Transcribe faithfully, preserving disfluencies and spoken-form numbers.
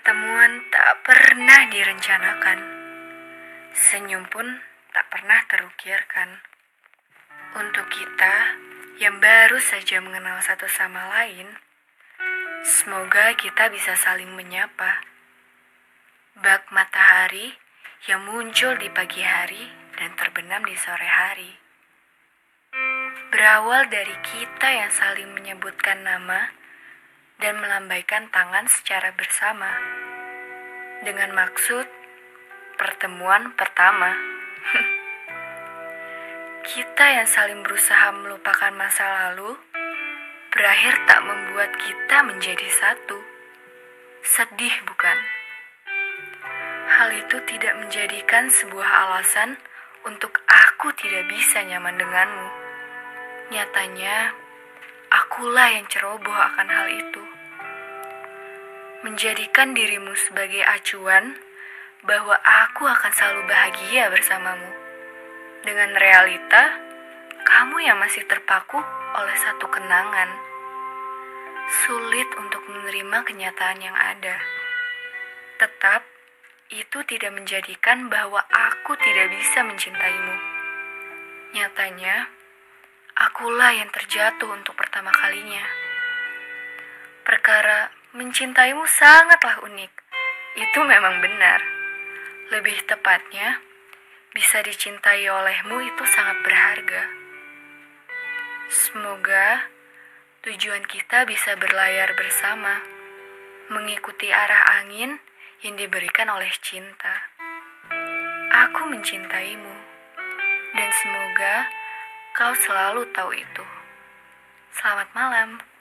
Pertemuan tak pernah direncanakan, senyum pun tak pernah terukirkan. Untuk kita yang baru saja mengenal satu sama lain, semoga kita bisa saling menyapa. Bak matahari yang muncul di pagi hari dan terbenam di sore hari. Berawal dari kita yang saling menyebutkan nama dan melambaikan tangan secara bersama dengan maksud pertemuan pertama. Kita yang saling berusaha melupakan masa lalu berakhir tak membuat kita menjadi satu. Sedih bukan? Hal itu tidak menjadikan sebuah alasan untuk aku tidak bisa nyaman denganmu. Nyatanya, akulah yang ceroboh akan hal itu. Menjadikan dirimu sebagai acuan bahwa aku akan selalu bahagia bersamamu. Dengan realita, kamu yang masih terpaku oleh satu kenangan. Sulit untuk menerima kenyataan yang ada. Tetap, itu tidak menjadikan bahwa aku tidak bisa mencintaimu. Nyatanya, akulah yang terjatuh untuk pertama kalinya. Perkara mencintaimu sangatlah unik. Itu memang benar. Lebih tepatnya, bisa dicintai olehmu itu sangat berharga. Semoga tujuan kita bisa berlayar bersama, mengikuti arah angin yang diberikan oleh cinta. Aku mencintaimu, dan semoga kau selalu tahu itu. Selamat malam.